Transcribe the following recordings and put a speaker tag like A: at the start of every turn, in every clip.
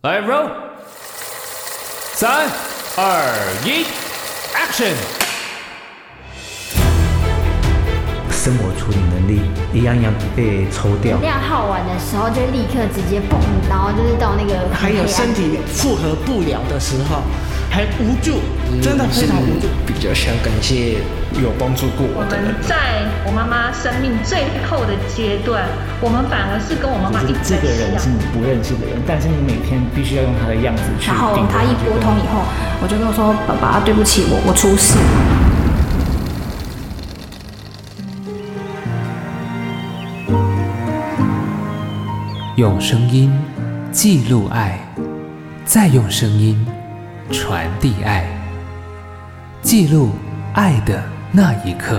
A: 来 roll， 3、2、1 ，action！
B: 生活处理能力一样被抽掉。
C: 量耗完的时候，就立刻直接蹦，然后就是到那个
D: 还有身体负荷不了的时候，还无助，真的非常无助。
E: 比较想感谢有帮助过我的人。
F: 在我妈妈生命最后的阶段，我们反而是跟我妈妈一起
G: 这个人是你不认识的人，但是你每天必须要用他的样子去。
H: 然后他一拨通以后，我就跟我说：“爸爸，对不起，我出事。”
A: 用声音记录爱，再用声音传递爱，记录爱的那一刻。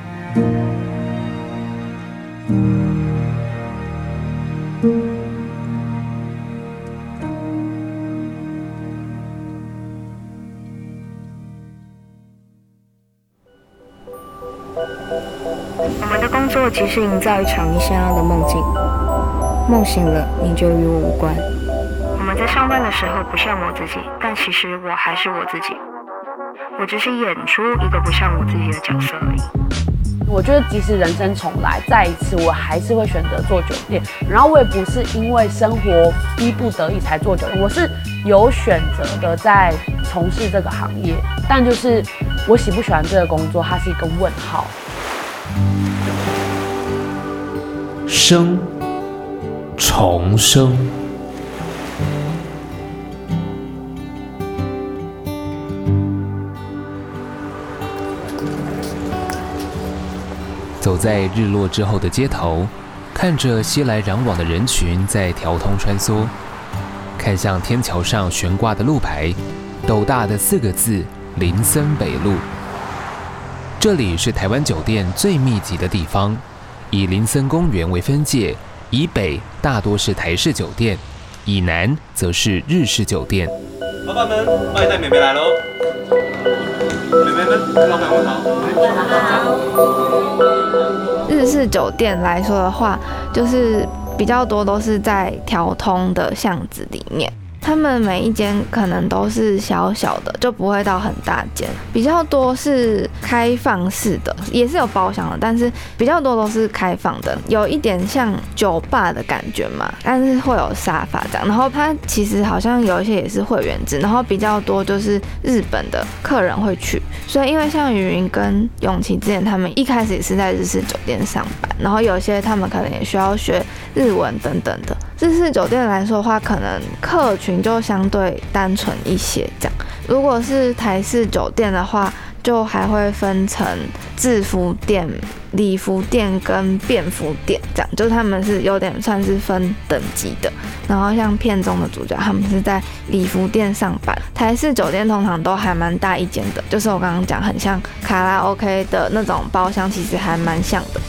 I: 我们的工作即是营造一场你想要的梦境。梦醒了，你就与我无关。我们在上班的时候不像我自己，但其实我还是我自己。我只是演出一个不像我自己的角色而已。
J: 我觉得即使人生重来再一次，我还是会选择做酒店。然后我也不是因为生活逼不得已才做酒店，我是有选择的在从事这个行业。但就是我喜不喜欢这个工作，它是一个问号。
A: 生重生，走在日落之后的街头，看着熙来攘往的人群在条通穿梭，看向天桥上悬挂的路牌，斗大的4个字“林森北路”。这里是台湾酒店最密集的地方，以林森公园为分界。以北大多是台式酒店，以南则是日式酒店。
K: 老板们，外带妹妹来喽！妹妹们，老板们好。
L: 日式酒店来说的话，就是比较多都是在条通的巷子里面。他们每一间可能都是小小的，就不会到很大间，比较多是开放式的，也是有包厢的，但是比较多都是开放的，有一点像酒吧的感觉嘛，但是会有沙发这样。然后它其实好像有一些也是会员制，然后比较多就是日本的客人会去，所以因为像雨云跟永琪之前他们一开始也是在日式酒店上班，然后有些他们可能也需要学日文等等的。日式酒店来说的话，可能客群就相对单纯一些这样。如果是台式酒店的话，就还会分成制服店、礼服店跟便服店这样，就他们是有点算是分等级的。然后像片中的主角，他们是在礼服店上班。台式酒店通常都还蛮大一间的，就是我刚刚讲很像卡拉 OK 的那种包厢，其实还蛮像的。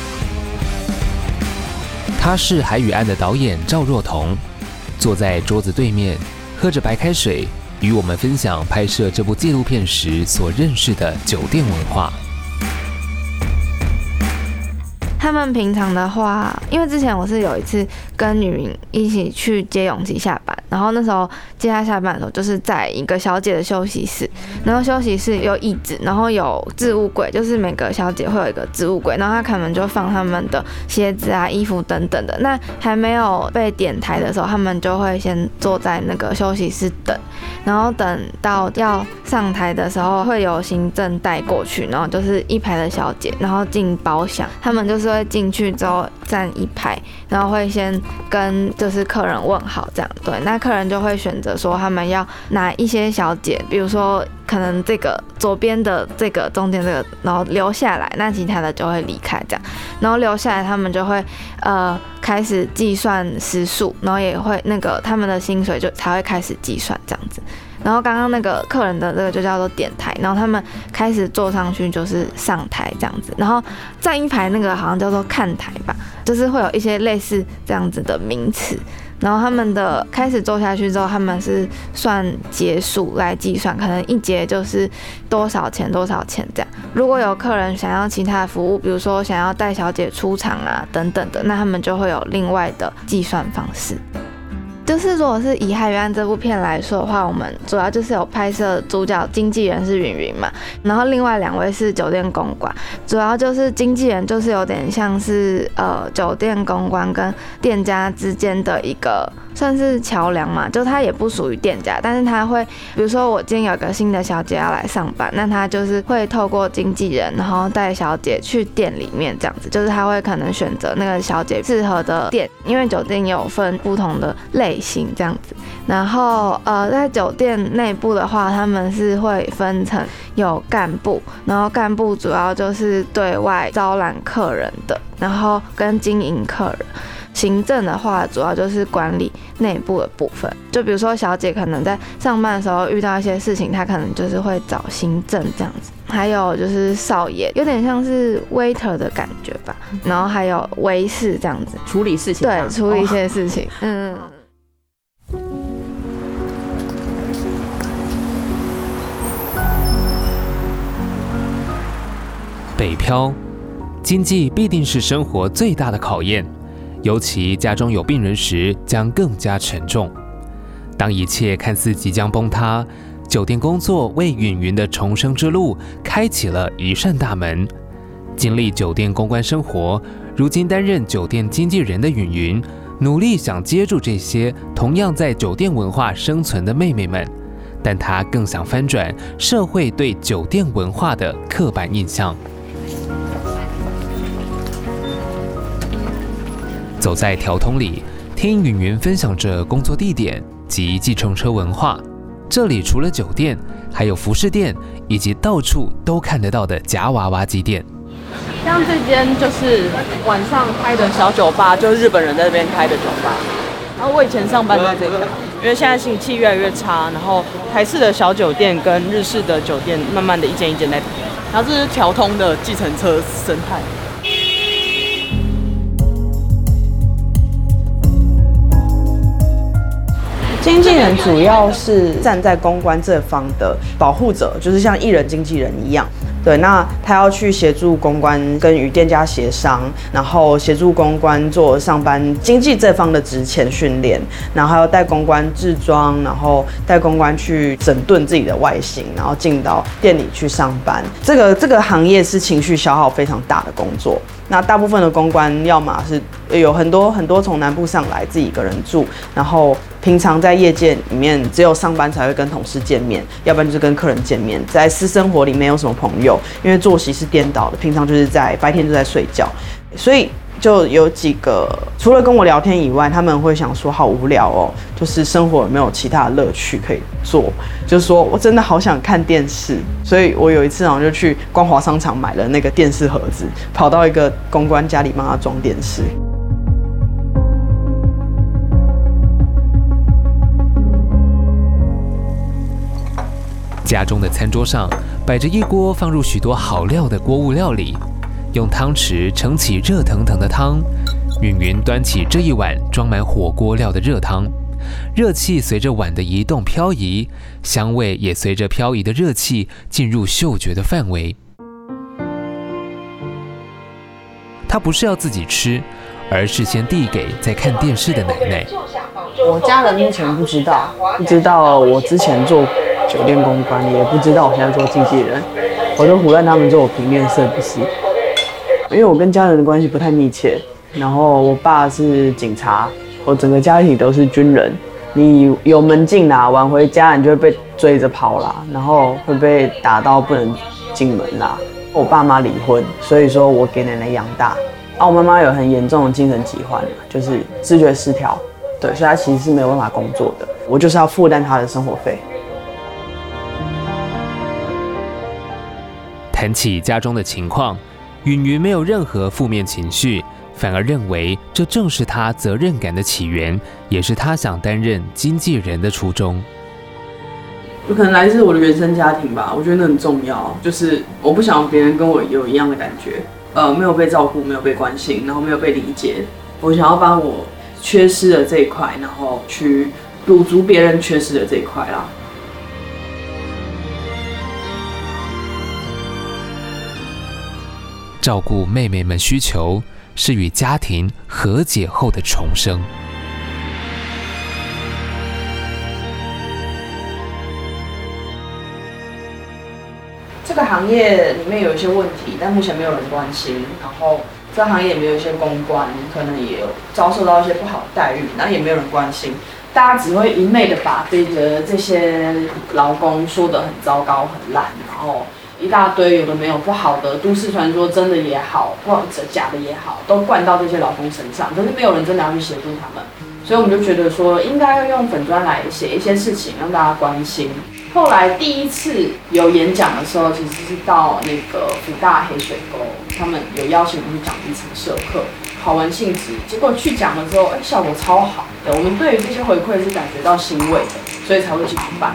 A: 他是海与岸的导演赵若彤，坐在桌子对面，喝着白开水，与我们分享拍摄这部纪录片时所认识的酒店文化。
L: 他们平常的话，因为之前我是有一次跟女云一起去接永琪下班，然后那时候接她下班的时候，就是在一个小姐的休息室，然后休息室有椅子，然后有置物柜，就是每个小姐会有一个置物柜，然后她可能就放他们的鞋子啊、衣服等等的。那还没有被点台的时候，他们就会先坐在那个休息室等，然后等到要上台的时候，会有行政带过去，然后就是一排的小姐，然后进包厢，他们就是会进去之后站一排，然后会先跟就是客人问好这样。对，那客人就会选择说他们要拿一些小姐，比如说可能这个左边的这个中间这个，然后留下来，那其他的就会离开这样。然后留下来他们就会开始计算时数，然后也会那个他们的薪水就才会开始计算这样子。然后刚刚那个客人的这个就叫做点台，然后他们开始坐上去就是上台这样子，然后站一排那个好像叫做看台吧，就是会有一些类似这样子的名词。然后他们的开始坐下去之后，他们是算节数来计算，可能一节就是多少钱多少钱这样。如果有客人想要其他的服务，比如说想要带小姐出场啊等等的，那他们就会有另外的计算方式。 就是如果是以《海缘案》这部片来说的话，我们主要就是有拍摄主角经纪人是云云嘛，然后另外2位是酒店公关，主要就是经纪人就是有点像是酒店公关跟店家之间的一个算是桥梁嘛，就他也不属于店家，但是他会比如说我今天有个新的小姐要来上班，那他就是会透过经纪人然后带小姐去店里面这样子，就是他会可能选择那个小姐适合的店，因为酒店也有分不同的类型这样子。然后在酒店内部的话，他们是会分成有干部，然后干部主要就是对外招揽客人的，然后跟经营客人。行政的话，主要就是管理内部的部分。就比如说，小姐可能在上班的时候遇到一些事情，她可能就是会找行政这样子。还有就是少爷，有点像是 waiter 的感觉吧。然后还有卫士这样子，
J: 处理事情。
L: 对，处理一些事情。
A: 北漂，经济必定是生活最大的考验。尤其家中有病人时，将更加沉重。当一切看似即将崩塌，酒店工作为允云的重生之路开启了一扇大门。经历酒店公关生活，如今担任酒店经纪人的允云，努力想接住这些同样在酒店文化生存的妹妹们，但她更想翻转社会对酒店文化的刻板印象。走在条通里，听允云分享着工作地点及计程车文化。这里除了酒店，还有服饰店，以及到处都看得到的夹娃娃机店。
J: 像这间就是晚上开的小酒吧，就是日本人在这边开的酒吧。然后我以前上班在这个，因为现在景气越来越差，然后台式的小酒店跟日式的酒店慢慢的一间一间在。然后这是条通的计程车生态。经纪人主要是站在公关这方的保护者，就是像艺人经纪人一样。对，那他要去协助公关跟与店家协商，然后协助公关做上班经纪这方的职前训练，然后还要带公关制装，然后带公关去整顿自己的外形，然后进到店里去上班。这个行业是情绪消耗非常大的工作。那大部分的公关要么是有很多从南部上来自己一个人住，然后平常在业界里面只有上班才会跟同事见面，要不然就是跟客人见面，在私生活里没有什么朋友，因为作息是颠倒的，平常就是在白天就在睡觉，所以就有几个除了跟我聊天以外，他们会想说好无聊哦，就是生活有没有其他的乐趣可以做，就是说我真的好想看电视，所以我有一次好像就去光华商场买了那个电视盒子，跑到一个公关家里帮他装电视。
A: 家中的餐桌上摆着一锅放入许多好料的锅物料理，用汤匙盛起热腾腾的汤。允云端起这一碗装满火锅料的热汤，热气随着碗的移动漂移，香味也随着漂移的热气进入嗅觉的范围。她不是要自己吃，而是先递给在看电视的奶奶。
J: 我家人目前不知道我之前做酒店公关，也不知道我现在做经纪人，我就唬烂他们说我平面设计师。因为我跟家人的关系不太密切，然后我爸是警察，我整个家庭都是军人，你有门禁啦，晚回家你就会被追着跑啦，然后会被打到不能进门啦。我爸妈离婚，所以说我给奶奶养大。我妈妈有很严重的精神疾患，就是思觉失调，对，所以她其实是没有办法工作的，我就是要负担她的生活费。
A: 谈起家中的情况，允云没有任何负面情绪，反而认为这正是她责任感的起源，也是她想担任经纪人的初衷。
J: 有可能来自我的原生家庭吧，我觉得那很重要，就是我不想别人跟我有一样的感觉，没有被照顾，没有被关心，然后没有被理解，我想要把我缺失的这一块，然后去补足别人缺失的这一块啦。
A: 照顾妹妹们需求，是与家庭和解后的重生。
J: 这个行业里面有一些问题，但目前没有人关心。然后这个行业里面有一些公关，可能也有遭受到一些不好的待遇，然后也没有人关心。大家只会一昧的把这些劳工说得很糟糕、很烂，然后一大堆有的没有不好的都市传说，真的也好，或者假的也好，都灌到这些劳工身上，可是没有人真的要去协助他们。所以我们就觉得说，应该要用粉专来写一些事情，让大家关心。后来第一次有演讲的时候，其实是到那个福大黑水沟，他们有邀请我们去讲基层社课，好玩性质。结果去讲了之后，效果超好的。我们对于这些回馈是感觉到欣慰的，所以才会去举办。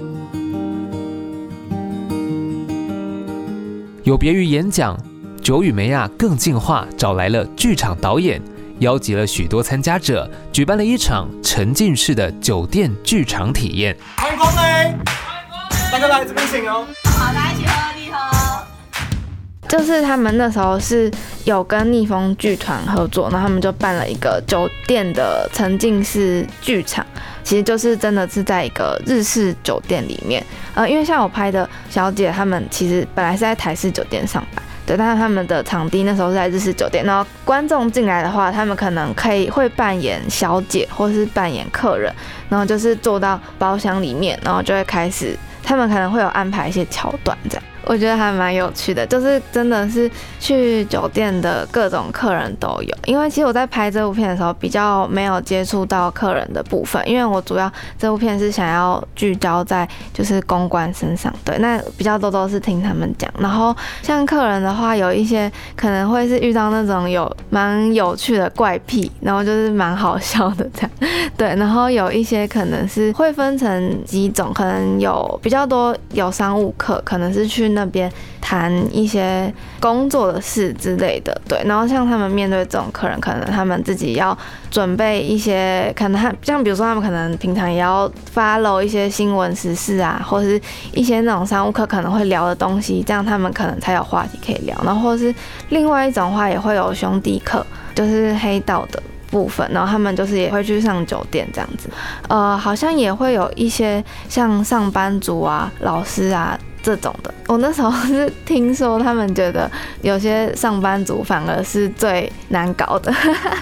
A: 有别于演讲，久与梅亚更进化，找来了剧场导演，邀集了许多参加者，举办了一场沉浸式的酒店剧场体验。
K: 欢迎光临，大家来这边请哦。
C: 好，大家一起喝，你喝。
L: 就是他们那时候是有跟逆风剧团合作，然后他们就办了一个酒店的沉浸式剧场，其实就是真的是在一个日式酒店里面。因为像我拍的小姐，他们其实本来是在台式酒店上班。对，但是他们的场地那时候是在日式酒店，然后观众进来的话，他们可能会扮演小姐或是扮演客人，然后就是坐到包厢里面，然后就会开始，他们可能会有安排一些桥段这样。我觉得还蛮有趣的，就是真的是去酒店的各种客人都有。因为其实我在拍这部片的时候比较没有接触到客人的部分，因为我主要这部片是想要聚焦在就是公关身上，对，那比较多都是听他们讲。然后像客人的话，有一些可能会是遇到那种蛮有趣的怪癖，然后就是蛮好笑的这样，对。然后有一些可能是会分成几种，可能有比较多有商务客，可能是去那边谈一些工作的事之类的，对。然后像他们面对这种客人，可能他们自己要准备一些，可能像比如说他们可能平常也要 follow 一些新闻时事啊，或者是一些那种商务客可能会聊的东西，这样他们可能才有话题可以聊。然后或是另外一种话，也会有兄弟客，就是黑道的部分，然后他们就是也会去上酒店这样子。好像也会有一些像上班族啊、老师啊这种的。我那时候是听说他们觉得有些上班族反而是最难搞的。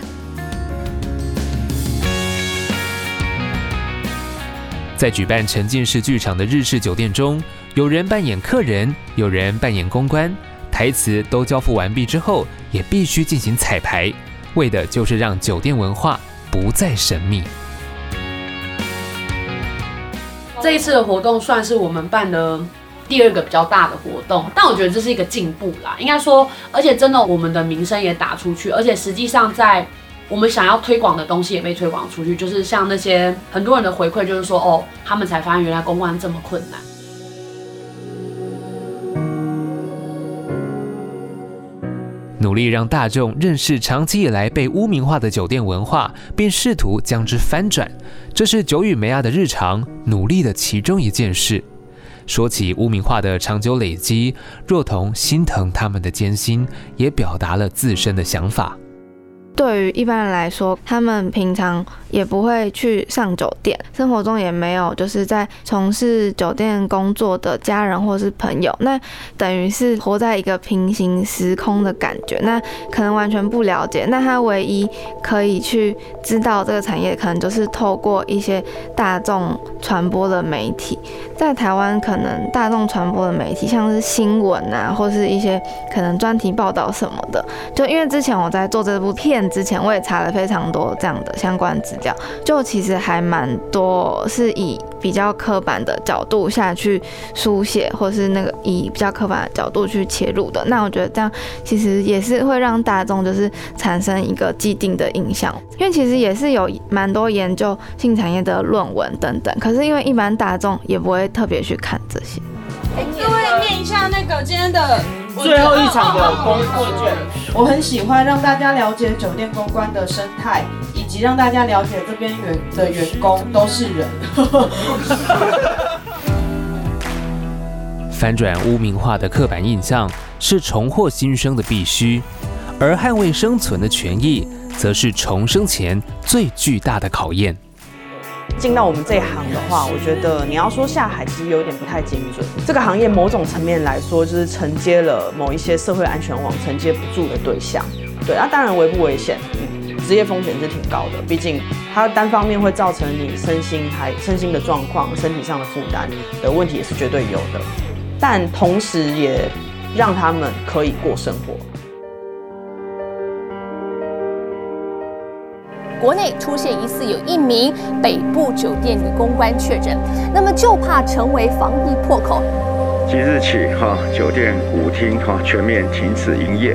A: 在举办沉浸式剧场的日式酒店中，有人扮演客人，有人扮演公关，台词都交付完毕之后，也必须进行彩排，为的就是让酒店文化不再神秘。
J: 这一次的活动算是我们办的第二个比较大的活动，但我觉得这是一个进步啦，应该说，而且真的我们的名声也打出去，而且实际上在我们想要推广的东西也被推广出去，就是像那些很多人的回馈，就是说哦，他们才发现原来公关这么困难。
A: 努力让大众认识长期以来被污名化的酒店文化，并试图将之翻转，这是久与梅亚的日常努力的其中一件事。说起污名化的长久累积，若彤心疼他们的艰辛，也表达了自身的想法。
L: 对于一般人来说，他们平常也不会去上酒店，生活中也没有就是在从事酒店工作的家人或是朋友，那等于是活在一个平行时空的感觉，那可能完全不了解。那他唯一可以去知道这个产业，可能就是透过一些大众传播的媒体。在台湾，可能大众传播的媒体像是新闻啊，或是一些可能专题报道什么的。就因为之前我在做这部片之前，我也查了非常多这样的相关资料，就其实还蛮多是以比较刻板的角度下去书写，或是那个以比较刻板的角度去切入的。那我觉得这样其实也是会让大众就是产生一个既定的印象，因为其实也是有蛮多研究性产业的论文等等，可是因为一般大众也不会特别去看这些。
M: 各位念一下那个今天的
D: 最后一场的工作卷。
M: 我很喜欢让大家了解酒店公关的生态，以及让大家了解这边的员工都是人。
A: 翻转污名化的刻板印象是重获新生的必须，而捍卫生存的权益，则是重生前最巨大的考验。
N: 进到我们这一行的话，我觉得你要说下海，其实有点不太精准。这个行业某种层面来说，就是承接了某一些社会安全网承接不住的对象。对，那当然危不危险？职业风险是挺高的，毕竟它单方面会造成你身心的状况、身体上的负担的问题也是绝对有的，但同时也让他们可以过生活。
O: 国内出现疑似有1名北部酒店女公关确诊，那么就怕成为防疫破口。
P: 即日起，酒店舞厅全面停止营业。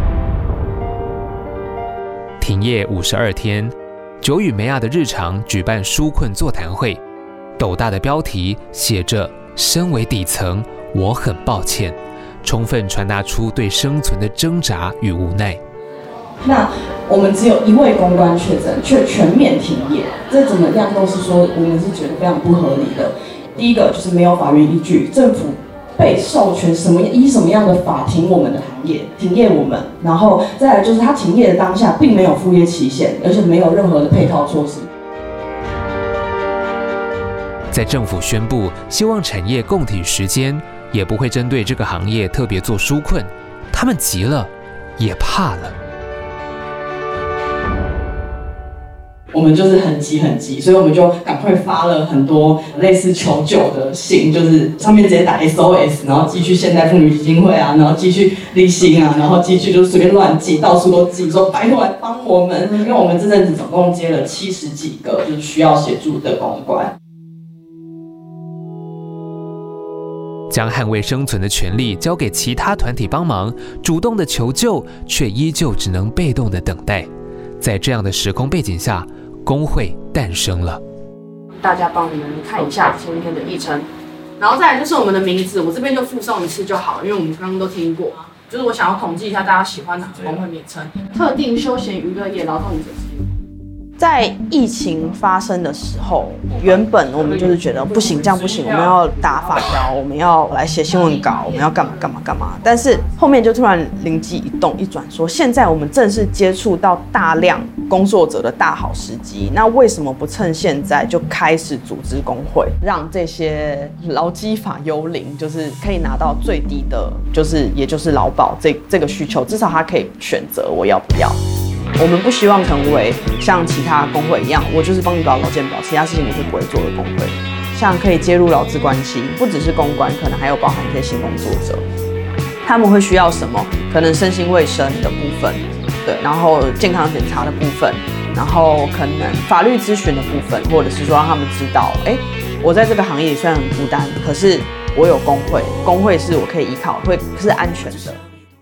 A: 停业52天，酒与梅亚的日常举办纾困座谈会，斗大的标题写着“身为底层，我很抱歉”，充分传达出对生存的挣扎与无奈。
Q: 那我们只有1位公关确诊，却全面停业，这怎么样都是说我们是觉得非常不合理的。第一个就是没有法律依据，政府被授权依什么样的法停我们的行业，停业我们，然后再来就是他停业的当下并没有复业期限，而且没有任何的配套措施。
A: 在政府宣布希望产业共体时艰，也不会针对这个行业特别做纾困，他们急了，也怕了。
Q: 我们就是很急，所以我们就赶快发了很多类似求救的信，就是上面直接打 SOS， 然后寄去现代妇女基金会啊，然后寄去立新啊，然后寄去就随便乱寄，到处都寄，说拜托来帮我们，因为我们这阵子总共接了70几个就是需要协助的公关。
A: 将捍卫生存的权利交给其他团体帮忙，主动的求救，却依旧只能被动的等待。在这样的时空背景下，工会诞生了。
J: 大家帮你们看一下今天的议程，然后再来就是我们的名字，我这边就附送一次就好，因为我们刚刚都听过。就是我想要统计一下大家喜欢哪个工会名称，特定休闲娱乐业劳动者。
N: 在疫情发生的时候，原本我们就是觉得不行，这样不行，我们要打法条，我们要来写新闻稿，我们要干嘛。但是后面就突然灵机一动，一转说，现在我们正是接触到大量工作者的大好时机，那为什么不趁现在就开始组织工会，让这些劳基法幽灵，就是可以拿到最低的，也就是劳保这个需求，至少他可以选择我要不要。我们不希望成为像其他工会一样，我就是帮你保劳健保，其他事情我是不会做的工会。像可以介入劳资关系，不只是公关，可能还有包含一些性工作者，他们会需要什么？可能身心卫生的部分，对，然后健康检查的部分，然后可能法律咨询的部分，或者是说让他们知道，我在这个行业虽然很孤单，可是我有工会，工会是我可以依靠，会是安全的。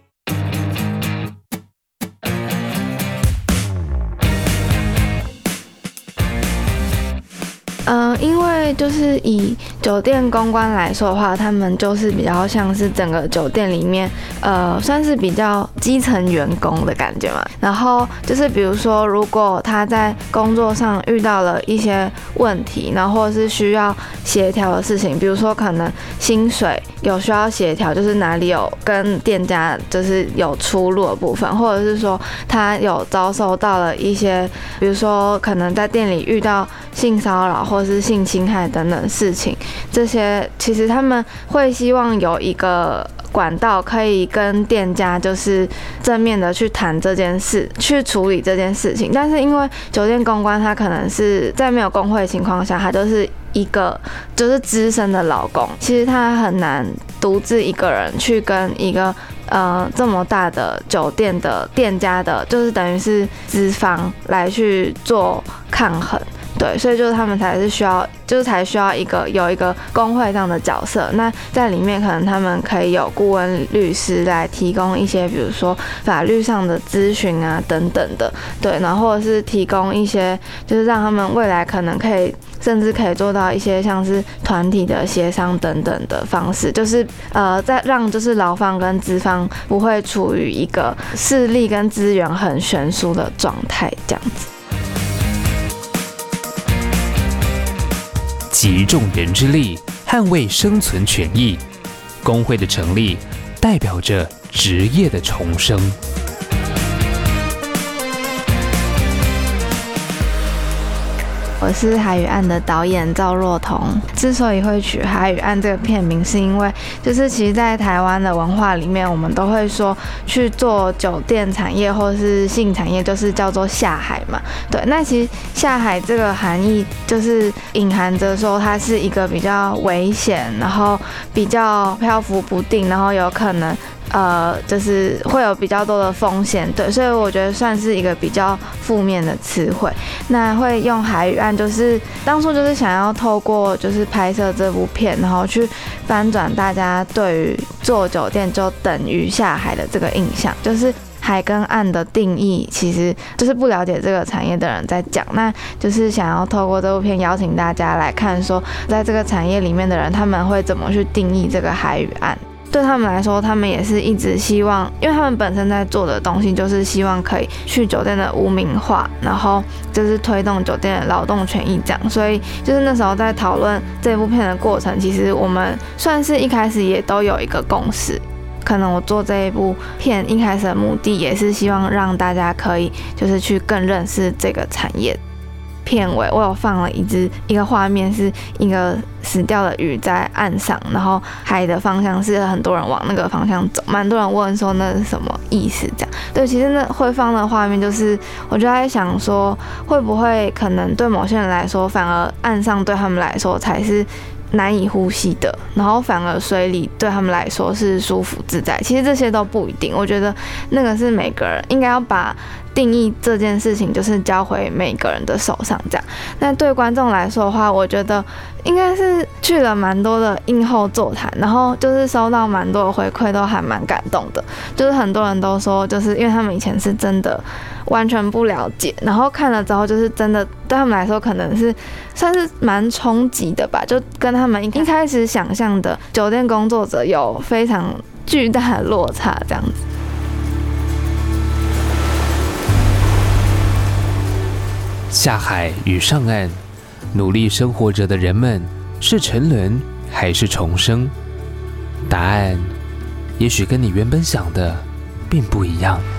L: 因为就是以酒店公关来说的话，他们就是比较像是整个酒店里面，算是比较基层员工的感觉嘛。然后就是比如说，如果他在工作上遇到了一些问题，然后或者是需要协调的事情，比如说可能薪水有需要协调，就是哪里有跟店家就是有出入的部分，或者是说他有遭受到了一些，比如说可能在店里遇到性骚扰或是性侵害等等事情，这些其实他们会希望有一个管道可以跟店家就是正面的去谈这件事，去处理这件事情。但是因为酒店公关，他可能是在没有工会的情况下，他就是一个就是资深的劳工，其实他很难独自一个人去跟一个这么大的酒店的店家的，就是等于是资方来去做抗衡。对，所以就是他们才需要有一个工会上的角色。那在里面可能他们可以有顾问律师来提供一些，比如说法律上的咨询啊等等的，对，然后或者是提供一些，就是让他们未来可能可以甚至可以做到一些像是团体的协商等等的方式，就是在让就是劳方跟资方不会处于一个势力跟资源很悬殊的状态，这样子。
A: 集众人之力，捍卫生存权益。工会的成立，代表着职业的重生。
L: 我是海与岸的导演赵若彤。之所以会取海与岸这个片名，是因为就是其实在台湾的文化里面，我们都会说去做酒店产业或是性产业就是叫做下海嘛。对，那其实下海这个含义就是隐含着说它是一个比较危险，然后比较漂浮不定，然后有可能就是会有比较多的风险，对，所以我觉得算是一个比较负面的词汇。那会用海与岸，就是当初就是想要透过就是拍摄这部片，然后去翻转大家对于做酒店就等于下海的这个印象，就是海跟岸的定义，其实就是不了解这个产业的人在讲，那就是想要透过这部片邀请大家来看说，在这个产业里面的人他们会怎么去定义这个海与岸。对他们来说，他们也是一直希望，因为他们本身在做的东西就是希望可以去酒店的污名化，然后就是推动酒店的劳动权益这样。所以就是那时候在讨论这部片的过程，其实我们算是一开始也都有一个共识。可能我做这一部片一开始的目的也是希望让大家可以就是去更认识这个产业。片尾我有放了一个画面，是一个死掉的鱼在岸上，然后海的方向是很多人往那个方向走，蛮多人问说那是什么意思这样。对，其实那会放的画面就是我就在想说，会不会可能对某些人来说，反而岸上对他们来说才是难以呼吸的，然后反而水里对他们来说是舒服自在。其实这些都不一定，我觉得那个是每个人应该要把定义这件事情就是交回每个人的手上这样。那对观众来说的话，我觉得应该是去了蛮多的映后座谈，然后就是收到蛮多的回馈，都还蛮感动的。就是很多人都说，就是因为他们以前是真的完全不了解，然后看了之后就是真的对他们来说可能是算是蛮冲击的吧，就跟他们一开始想象的酒店工作者有非常巨大的落差这样子。
A: 下海与上岸，努力生活着的人们是沉沦还是重生？答案也许跟你原本想的并不一样。